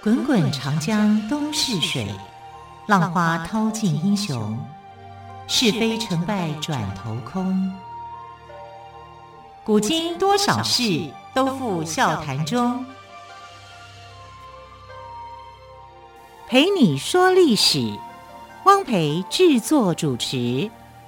滚滚长江东逝水，浪花淘尽英雄。是非成败转头空。古今多少事，都付笑谈中。陪你说历史，汪培制作主持。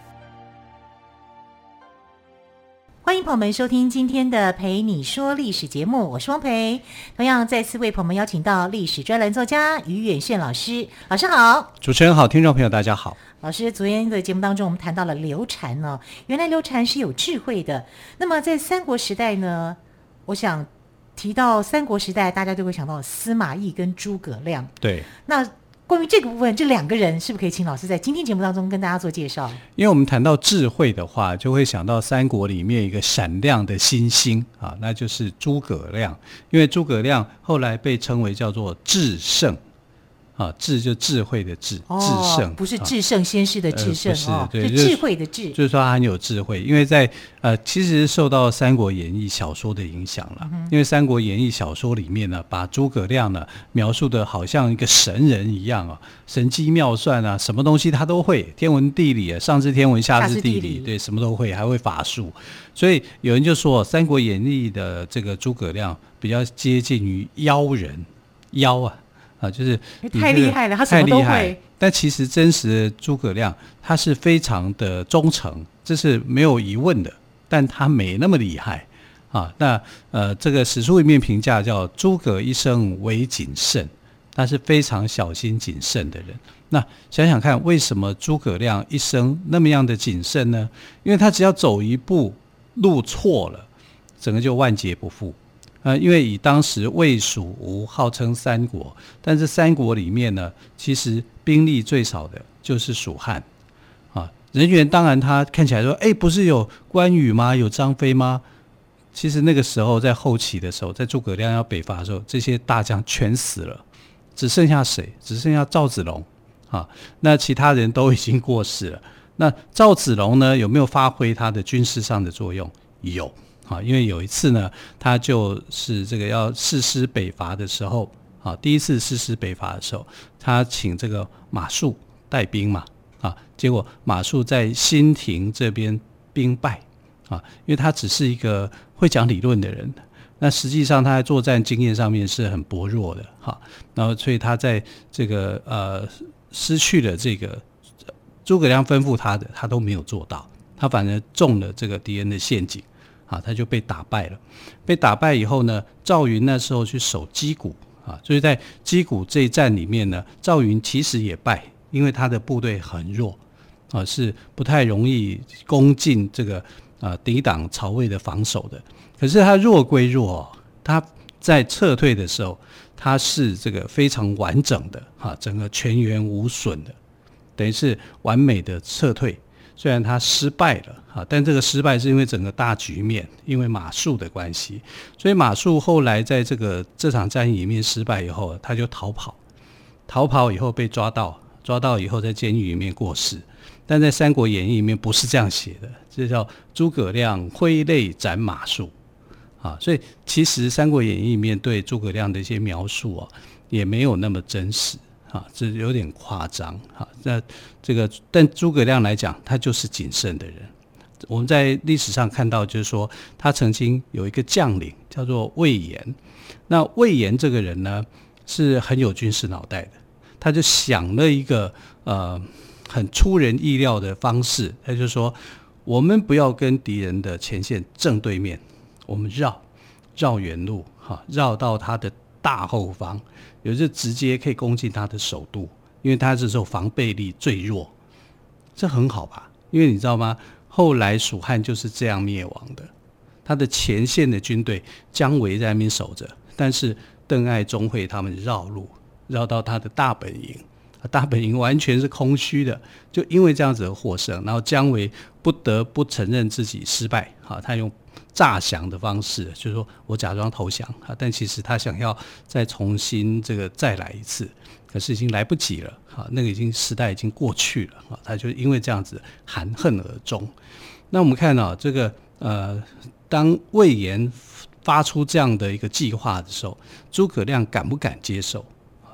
欢迎朋友们收听今天的陪你说历史节目，我是汪培。同样再次为朋友们邀请到历史专栏作家于远炫老师。老师好。 主持人好，听众朋友大家好。 老师，昨天的节目当中我们谈到了刘禅哦，原来刘禅是有智慧的。那么在三国时代呢，我想提到三国时代大家都会想到司马懿跟诸葛亮。 对， 那关于这个部分，这两个人是不是可以请老师在今天节目当中跟大家做介绍？ 因为我们谈到智慧的话，就会想到三国里面一个闪亮的新星啊，那就是诸葛亮。因为诸葛亮后来被称为叫做智圣啊，智就智慧的智，智圣不是至圣先师的至圣对， 是智慧的智， 就是说他很有智慧。因为在其实受到《三国演义》小说的影响了，因为《三国演义》小说里面呢，把诸葛亮呢描述的好像一个神人一样啊，神机妙算啊，什么东西他都会，天文地理啊，上知天文下知地理，对，什么都会，还会法术。所以有人就说，《三国演义》的这个诸葛亮比较接近于妖人，妖啊，就是太厉害了，他什么都会。 但其实真实的诸葛亮，他是非常的忠诚，这是没有疑问的。但他没那么厉害啊。那这个史书里面评价叫诸葛一生为谨慎，他是非常小心谨慎的人。那想想看，为什么诸葛亮一生那么样的谨慎呢？因为他只要走一步路错了，整个就万劫不复。因为以当时魏蜀吴号称三国，但是三国里面呢，其实兵力最少的就是蜀汉啊。人员当然他看起来说，不是有关羽吗？有张飞吗？其实那个时候在后期的时候，在诸葛亮要北伐的时候，这些大将全死了，只剩下谁？只剩下赵子龙啊。那其他人都已经过世了。那赵子龙呢，有没有发挥他的军事上的作用？有。因为有一次呢，他就是这个要誓师北伐的时候，第一次誓师北伐的时候，他请这个马谡带兵嘛，结果马谡在新亭这边兵败，因为他只是一个会讲理论的人，那实际上他在作战经验上面是很薄弱的，然后所以他在这个失去了这个诸葛亮吩咐他的，他都没有做到，他反而中了这个敌人的陷阱。他就被打败了。被打败以后呢，赵云那时候去守击鼓所以在击鼓这一战里面呢，赵云其实也败，因为他的部队很弱是不太容易攻进这个抵挡曹魏的防守的。可是他弱归弱，他在撤退的时候，他是这个非常完整的整个全员无损的，等于是完美的撤退。虽然他失败了但这个失败是因为整个大局面，因为马谡的关系，所以马谡后来在这场战役里面失败以后，他就逃跑以后被抓到以后在监狱里面过世。但在《三国演义》里面不是这样写的，这叫诸葛亮挥泪斩马谡所以其实《三国演义》里面对诸葛亮的一些描述也没有那么真实这有点夸张那但诸葛亮来讲，他就是谨慎的人。我们在历史上看到，就是说他曾经有一个将领叫做魏延。那魏延这个人呢，是很有军事脑袋的，他就想了一个很出人意料的方式，他就说我们不要跟敌人的前线正对面，我们绕远路绕到他的大后方，也就是直接可以攻进他的首都，因为他这时候防备力最弱。这很好吧？因为你知道吗？后来蜀汉就是这样灭亡的，他的前线的军队姜维在那边守着，但是邓艾、钟会他们绕路绕到他的大本营，大本营完全是空虚的，就因为这样子的获胜，然后姜维不得不承认自己失败他用诈降的方式，就是说我假装投降但其实他想要再重新再来一次，可是已经来不及了那个时代已经过去了他就因为这样子含恨而终。那我们看当魏延发出这样的一个计划的时候，诸葛亮敢不敢接受？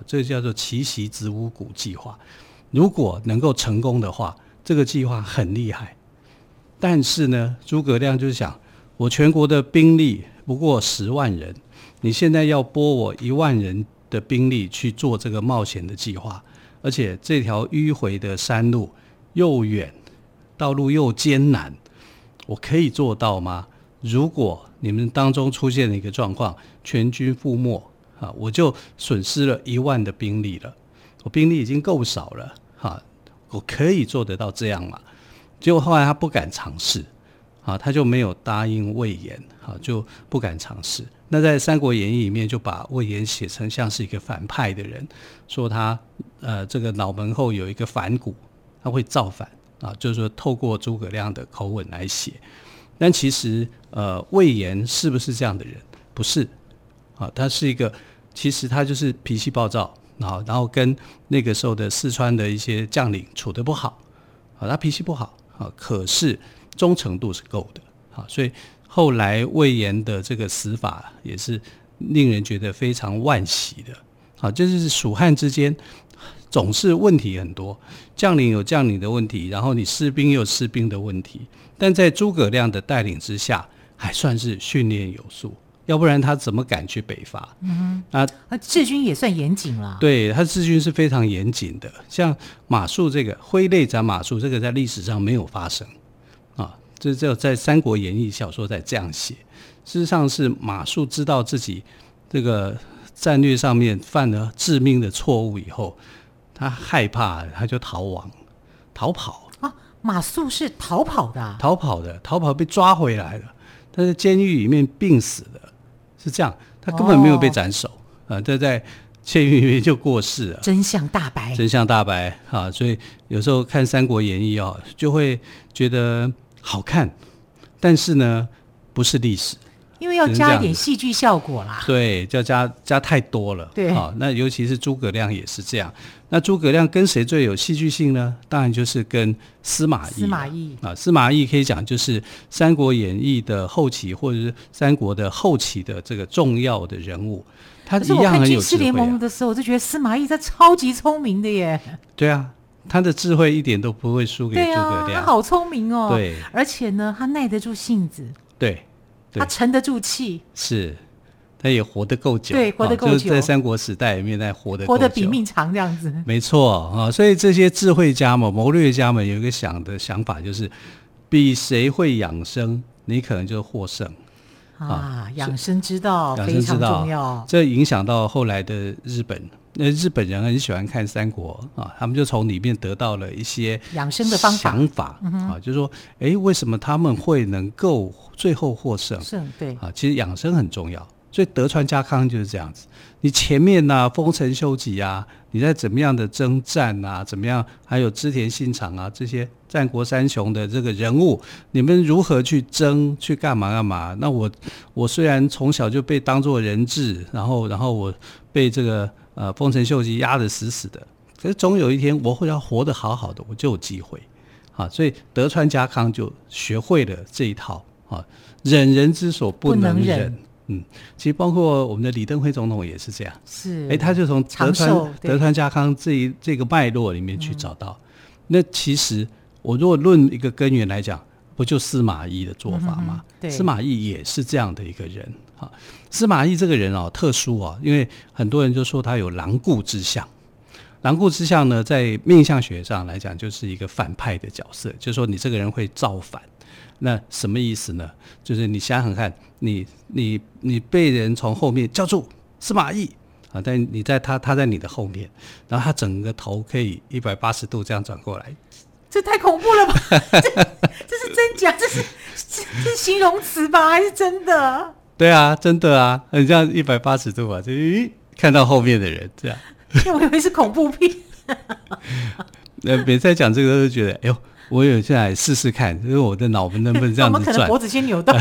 这叫做奇袭子午谷计划。如果能够成功的话，这个计划很厉害。但是呢，诸葛亮就想，我全国的兵力不过10万人，你现在要拨我1万人的兵力去做这个冒险的计划，而且这条迂回的山路又远，道路又艰难，我可以做到吗？如果你们当中出现了一个状况，全军覆没我就损失了1万的兵力了，我兵力已经够少了我可以做得到这样吗？结果后来他不敢尝试他就没有答应魏延就不敢尝试。那在《三国演义》里面就把魏延写成像是一个反派的人，说他这个脑门后有一个反骨，他会造反就是说透过诸葛亮的口吻来写。但其实魏延是不是这样的人？不是他是一个，其实他就是脾气暴躁然后跟那个时候的四川的一些将领处得不好他脾气不好可是忠诚度是够的所以后来魏延的这个死法也是令人觉得非常惋惜的就是蜀汉之间总是问题很多，将领有将领的问题，然后你士兵有士兵的问题，但在诸葛亮的带领之下还算是训练有素，要不然他怎么敢去北伐？ 治军也算严谨啦。 对，他治军是非常严谨的。像马谡这个挥泪斩马谡，这个在历史上没有发生这只有在《三国演义》小说在这样写。事实上是马谡知道自己这个战略上面犯了致命的错误以后，他害怕，他就逃跑马谡是逃跑的逃跑被抓回来了，他在监狱里面病死的，是这样，他根本没有被斩首这在监狱里面就过世了， 真相大白所以有时候看《三国演义》就会觉得好看，但是呢不是历史， 因为要加一点戏剧效果啦。 对，就加太多了。 对那尤其是诸葛亮也是这样。那诸葛亮跟谁最有戏剧性呢？当然就是跟司马懿司马懿可以讲就是《三国演义》的后期，或者是三国的后期的这个重要的人物，他一样很有智慧。可是我看军事联盟的时候，我就觉得司马懿他超级聪明的耶。 对啊，他的智慧一点都不会输给诸葛亮。 他好聪明哦。 对， 而且呢，他耐得住性子。 对， 他沉得住气。 是。他也活得够久， 对，活得够久， 就是在三国时代里面在活得比命长这样子。 没错所以这些智慧家们、谋略家们有一个想法，就是比谁会养生，你可能就获胜养生之道非常重要。 这影响到后来的日本。日本人很喜欢看三国他们就从里面得到了一些养生的想法就是说为什么他们会能够最后获胜？ 对其实养生很重要。所以德川家康就是这样子，你前面丰臣秀吉你在怎么样的征战怎么样，还有织田信长这些战国三雄的这个人物，你们如何去争，去干嘛？那我虽然从小就被当作人质，然后我被这个丰臣秀吉压得死死的，可是总有一天我会要活得好好的，我就有机会所以德川家康就学会了这一套忍人之所不能忍。其实包括我们的李登辉总统也是这样，他就从德川家康这个脉络里面去找到。那其实我如果论一个根源来讲，不就司马懿的做法吗？司马懿也是这样的一个人司马懿这个人特殊因为很多人就说他有狼顾之相。狼顾之相呢，在命相学上来讲，就是一个反派的角色，就是说你这个人会造反。那什么意思呢？就是你想想看，你被人从后面叫住司马懿但你在他在你的后面，然后他整个头可以180度这样转过来， 这太恐怖了吧？这是真假？这是形容词吧？还是真的？ 对啊，真的你这样180度就看到后面的人这样。 我以为是恐怖片。 每次讲这个都觉得哎呦，我有现在试试看，因为我的脑能不能这样子转？ 我们可能脖子先扭到。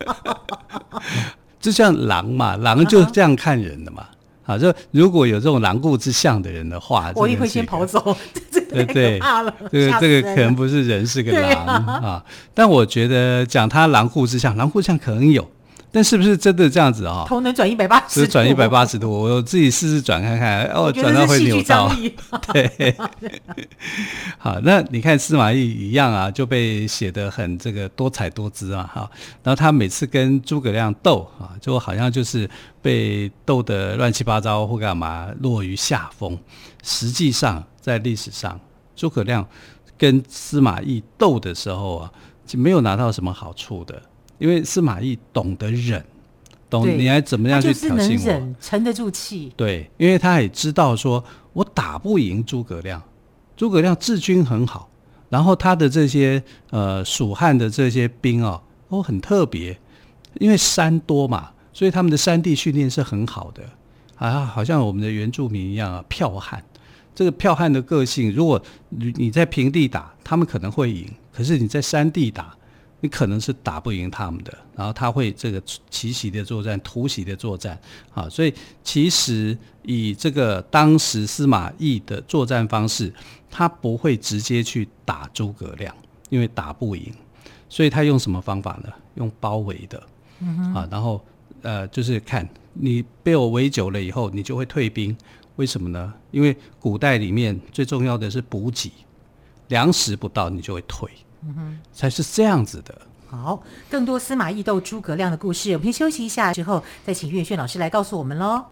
就像狼嘛，狼就这样看人的嘛。就如果有这种狼顾之相的人的话， 我也会先跑走。这个太可怕了， 这个可能不是人，是个狼但我觉得讲他狼顾之相，狼顾之相可能有， 但是不是真的这样子啊？ 头能转180度， 只转180度，我自己试试转看看，转到会扭到。对，好，那你看司马懿一样啊，就被写得很这个多彩多姿啊，哈。然后他每次跟诸葛亮斗啊，就好像就是被斗得乱七八糟或干嘛，落于下风。实际上，在历史上，诸葛亮跟司马懿斗的时候啊，就没有拿到什么好处的，因为司马懿懂得忍，懂你还怎么样去挑衅我， 他就是能忍，沉得住气。 对，因为他也知道说我打不赢诸葛亮，诸葛亮治军很好，然后他的这些蜀汉的这些兵哦都很特别，因为山多嘛，所以他们的山地训练是很好的啊，好像我们的原住民一样啊，剽悍。这个剽悍的个性，如果你在平地打，他们可能会赢；可是你在山地打，你可能是打不赢他们的。然后他会这个奇袭的作战、突袭的作战，啊，所以其实以这个当时司马懿的作战方式，他不会直接去打诸葛亮，因为打不赢，所以他用什么方法呢？用包围的，啊，然后就是看你被我围久了以后，你就会退兵。为什么呢？因为古代里面最重要的是补给，粮食不到你就会退，才是这样子的。 好，更多司马懿斗诸葛亮的故事，我们先休息一下，之后再请岳轩老师来告诉我们咯。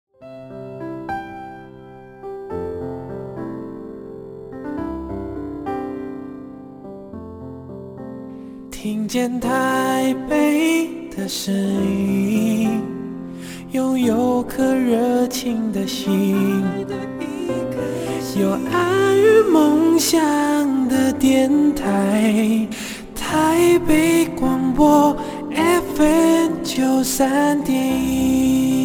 听见台北的声音，拥有颗热情的心，有爱与梦想的电台，台北广播 FM93.1。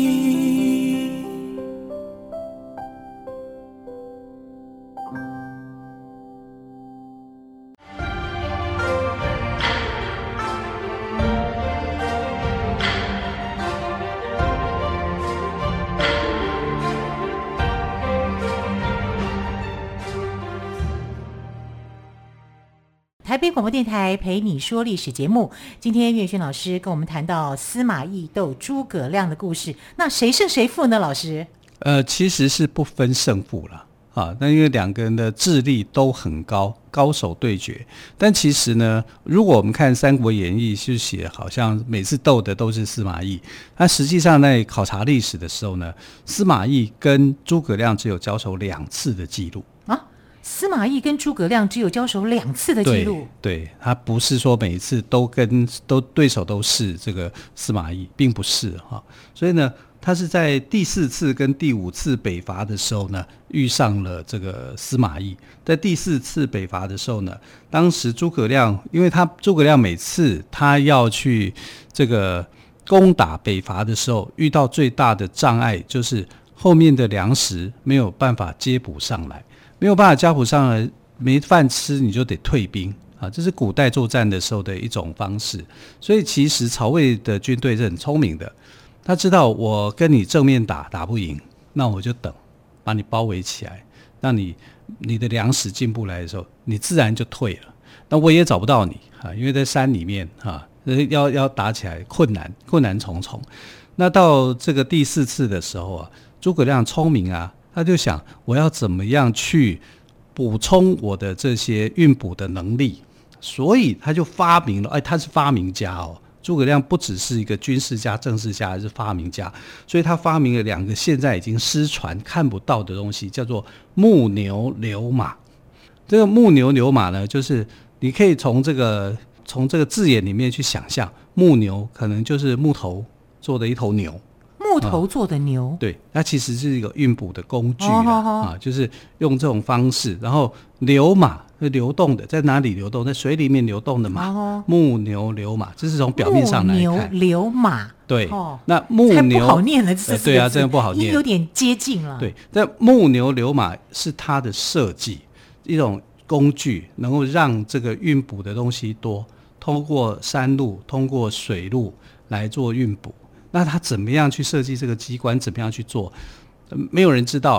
台北广播电台陪你说历史节目，今天岳轩老师跟我们谈到司马懿斗诸葛亮的故事，那谁胜谁负呢？老师？ 其实是不分胜负了啊，那因为两个人的智力都很高，高手对决。但其实呢，如果我们看《三国演义》，是写好像每次斗的都是司马懿，但实际上在考察历史的时候呢，司马懿跟诸葛亮只有交手2次的记录。 司马懿跟诸葛亮只有交手2次的记录， 对，他不是说每一次都对手都是这个司马懿，并不是哈。所以呢，他是在第4次跟第5次北伐的时候呢，遇上了这个司马懿。在第4次北伐的时候呢，当时诸葛亮，因为诸葛亮每次他要去这个攻打北伐的时候，遇到最大的障碍就是后面的粮食没有办法接补上来。没有办法加补上来，没饭吃你就得退兵啊！这是古代作战的时候的一种方式。所以其实曹魏的军队是很聪明的，他知道我跟你正面打不赢，那我就等，把你包围起来，让你的粮食进不来的时候，你自然就退了。那我也找不到你啊，因为在山里面啊，要打起来困难重重。那到这个第4次的时候啊，诸葛亮聪明啊。他就想我要怎么样去补充我的这些运补的能力，所以他就发明了，他是发明家哦。诸葛亮不只是一个军事家、政治家，还是发明家，所以他发明了2个现在已经失传看不到的东西，叫做木牛流马。这个木牛流马呢，就是你可以从这个字眼里面去想象，木牛可能就是木头做的一头牛。 木头做的牛， 对，它其实是一个运补的工具啊，就是用这种方式，然后流马是流动的，在哪里流动？在水里面流动的马，木牛流马，这是从表面上来看。木牛流马， 对，那木牛不好念了，这对啊，真的不好念， 有点接近了。 对，但木牛流马是它的设计，一种工具，能够让这个运补的东西多，通过山路、通过水路来做运补。那他怎么样去设计这个机关，怎么样去做，没有人知道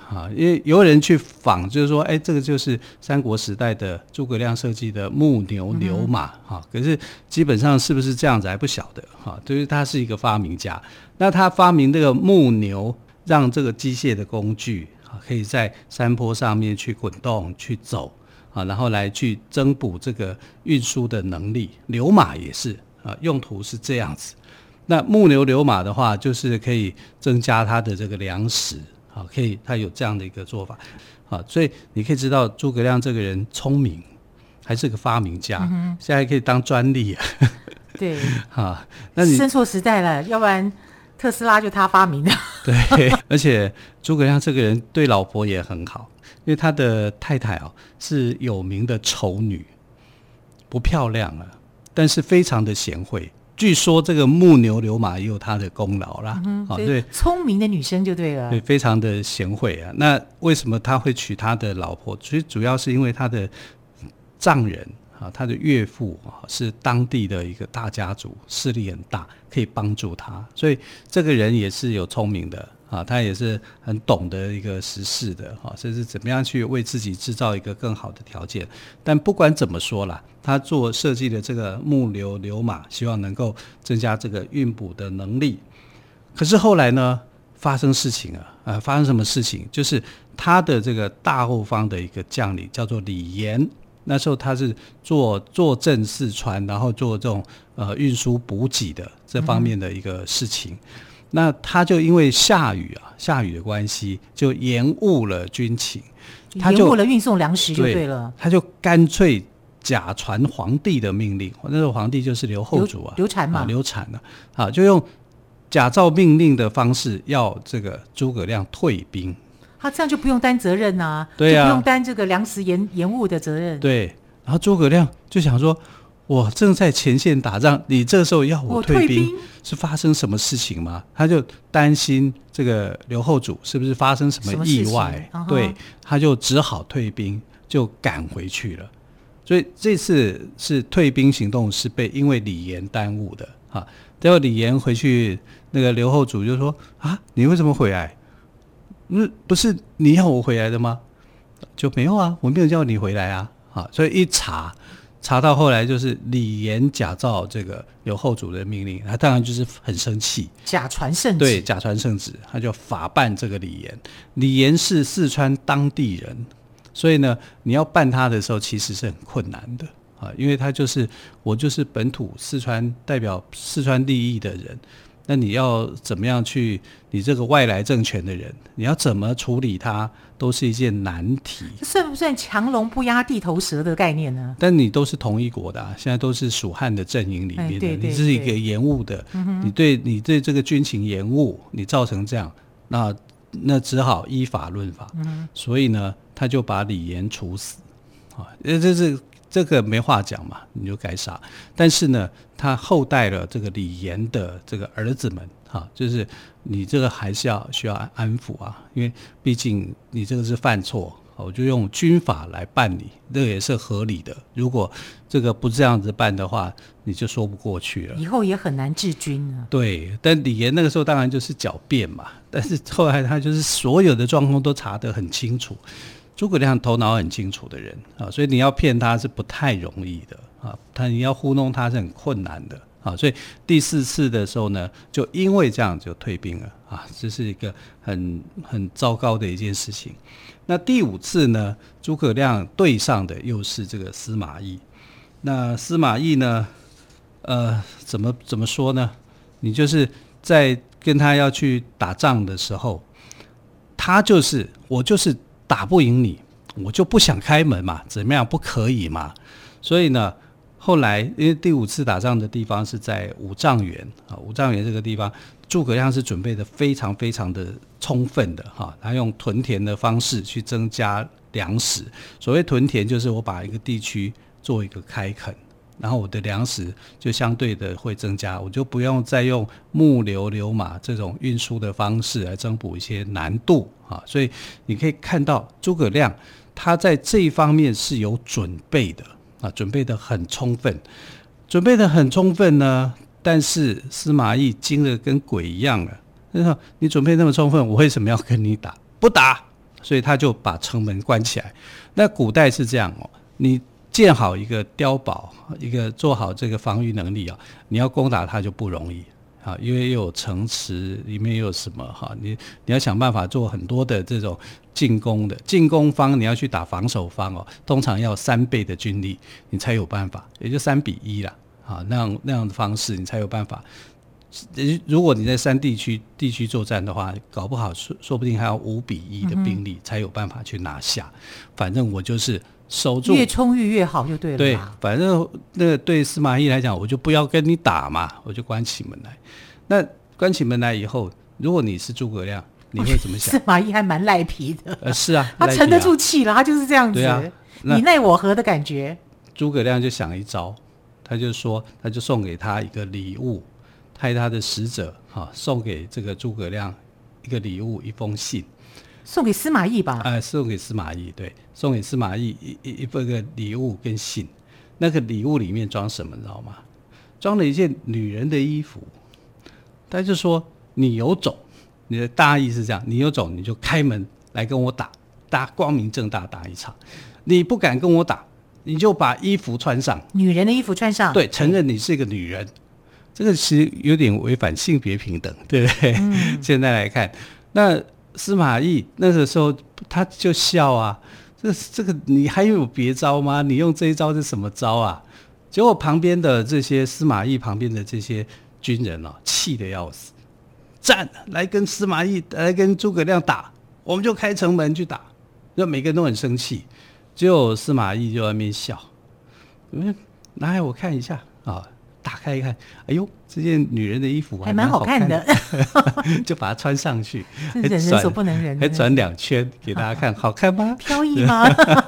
因为有人去仿，就是说，这个就是三国时代的诸葛亮设计的木牛流马可是基本上是不是这样子还不晓得就是他是一个发明家，那他发明这个木牛，让这个机械的工具可以在山坡上面去滚动去走然后来去增补这个运输的能力。流马也是用途是这样子。那木牛流马的话，就是可以增加它的这个粮食可以，他有这样的一个做法所以你可以知道诸葛亮这个人聪明，还是个发明家，现在可以当专利对那你生错时代了，要不然特斯拉就他发明的。 对，而且诸葛亮这个人对老婆也很好，因为他的太太是有名的丑女，不漂亮但是非常的贤惠。据说这个木牛流马也有他的功劳啦，对， 聪明的女生就对了， 对，非常的贤惠那为什么他会娶他的老婆？其实主要是因为他的丈人他的岳父是当地的一个大家族，势力很大，可以帮助他，所以这个人也是有聪明的他也是很懂得一个时事的甚至怎么样去为自己制造一个更好的条件。但不管怎么说啦，他做设计的这个木牛流马，希望能够增加这个运补的能力。可是后来呢，发生事情发生什么事情？就是他的这个大后方的一个将领叫做李严，那时候他是坐镇四川，然后做这种运输补给的这方面的一个事情。那他就因为下雨的关系，就延误了军情， 延误了运送粮食就对了。 他就干脆假传皇帝的命令，那时候皇帝就是刘后主刘禅嘛， 刘禅就用假造命令的方式要这个诸葛亮退兵。 他这样就不用担责任对就不用担这个粮食延误的责任。 对，然后诸葛亮就想说，我正在前线打仗，你这时候要我退兵，是发生什么事情吗？他就担心这个刘后主是不是发生什么意外，对，他就只好退兵，就赶回去了。所以这次是退兵行动是因为李严耽误的结果李严回去，那个刘后主就说你为什么回来？不是你要我回来的吗？就没有我没有叫你回来所以一查到后来就是李严假造这个刘后主的命令，他当然就是很生气， 假传圣旨。 对，假传圣旨，他就法办这个李严。李严是四川当地人，所以呢，你要办他的时候其实是很困难的因为他就是我就是本土四川代表四川利益的人，那你要怎么样去你这个外来政权的人，你要怎么处理他，都是一件难题。 算不算强龙不压地头蛇的概念呢？ 但你都是同一国的现在都是蜀汉的阵营里面的， 对， 你是一个延误的，你对这个军情延误，你造成这样，那只好依法论法。所以呢，他就把李严处死这个没话讲嘛，你就该杀。但是呢，他后代了这个李严的这个儿子们就是你这个还是需要安抚因为毕竟你这个是犯错，我就用军法来办你，这个也是合理的。如果这个不这样子办的话，你就说不过去了， 以后也很难治军对，但李严那个时候当然就是狡辩嘛，但是后来他就是所有的状况都查得很清楚。诸葛亮头脑很清楚的人所以你要骗他是不太容易的你要糊弄他是很困难的所以第4次的时候呢，就因为这样就退兵了这是一个很糟糕的一件事情。那第5次呢，诸葛亮对上的又是这个司马懿。那司马懿呢怎么说呢，你就是在跟他要去打仗的时候，我就是打不赢你，我就不想开门嘛，怎么样不可以嘛？所以呢，后来因为第5次打仗的地方是在五丈原五丈原这个地方，诸葛亮是准备的非常非常的充分的他用屯田的方式去增加粮食。所谓屯田，就是我把一个地区做一个开垦，然后我的粮食就相对的会增加，我就不用再用木牛流马这种运输的方式来增补一些难度所以你可以看到诸葛亮他在这一方面是有准备的准备的很充分呢。但是司马懿惊得跟鬼一样了，你准备那么充分，我为什么要跟你打？不打所以他就把城门关起来。那古代是这样你建好一个碉堡，一个做好这个防御能力你要攻打它就不容易因为又有城池，里面又有什么你要想办法做很多的这种进攻方，你要去打防守方通常要3倍的军力，你才有办法，也就3:1啦那样的方式你才有办法。如果你在山地区作战的话，搞不好说不定还要5:1的兵力才有办法去拿下。反正我就是守住， 越充裕越好就对了。 对，反正那个对司马懿来讲，我就不要跟你打嘛，我就关起门来。那关起门来以后，如果你是诸葛亮，你会怎么想？ 司马懿还蛮赖皮的。 是啊， 他沉得住气了，他就是这样子。 对啊， 你奈我何的感觉。 诸葛亮就想一招，他就送给他一个礼物，派他的使者送给这个诸葛亮一个礼物，一封信。 送给司马懿吧？ 送给司马懿，对，送给司马懿一个礼物跟信。那个礼物里面装什么，你知道吗？装了一件女人的衣服。他就说：“你有种，你的大意是这样，你有种你就开门来跟我打，光明正大打一场。你不敢跟我打，你就把衣服穿上， 女人的衣服穿上， 对，承认你是一个女人。这个其实有点违反性别平等，对不对？现在来看，那司马懿那个时候他就笑啊，这个你还有别招吗？你用这一招是什么招啊？结果旁边的这些司马懿旁边的这些军人气得要死，站来跟司马懿来跟诸葛亮打，我们就开城门去打，就每个人都很生气。只有司马懿就在那边笑，拿来我看一下打开一看，哎呦，这件女人的衣服还蛮好看的， 就把它穿上去， 人所不能忍， 还转2圈给大家看，好看吗？ 飘逸吗？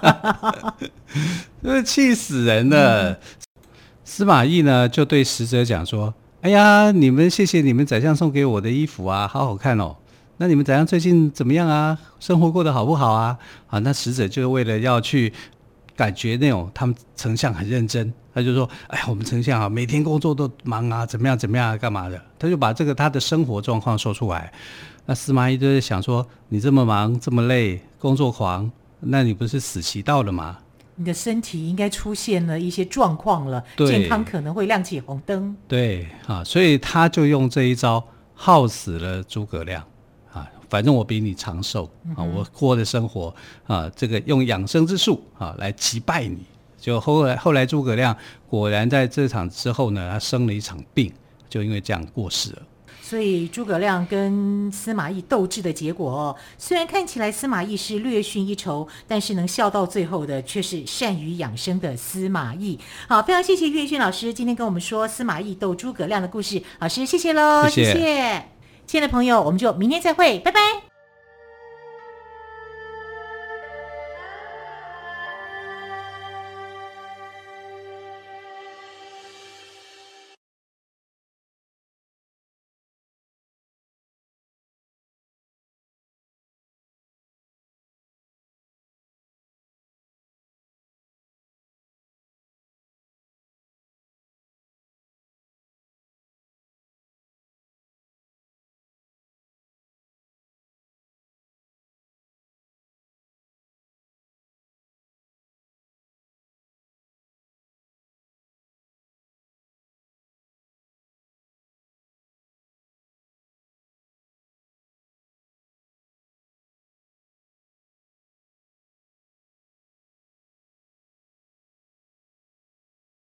气死人了。司马懿呢就对使者讲说：“哎呀，谢谢你们宰相送给我的衣服啊，好好看哦。那你们宰相最近怎么样啊？生活过得好不好啊？”那使者就为了要去感觉那种他们丞相很认真，他就说：“哎，我们丞相每天工作都忙啊，怎么样啊，干嘛的？”他就把他的生活状况说出来。那司马懿就在想说：“你这么忙，这么累，工作狂，那你不是死期到了吗？ 你的身体应该出现了一些状况了，健康可能会亮起红灯。” 对所以他就用这一招耗死了诸葛亮反正我比你长寿我过的生活这个用养生之术来击败你。就后来诸葛亮果然在这场之后呢，他生了一场病，就因为这样过世了。 所以诸葛亮跟司马懿斗智的结果虽然看起来司马懿是略逊一筹，但是能笑到最后的却是善于养生的司马懿。好，非常谢谢岳轩老师今天跟我们说司马懿斗诸葛亮的故事，老师谢谢咯。谢谢亲爱的朋友，我们就明天再会，拜拜。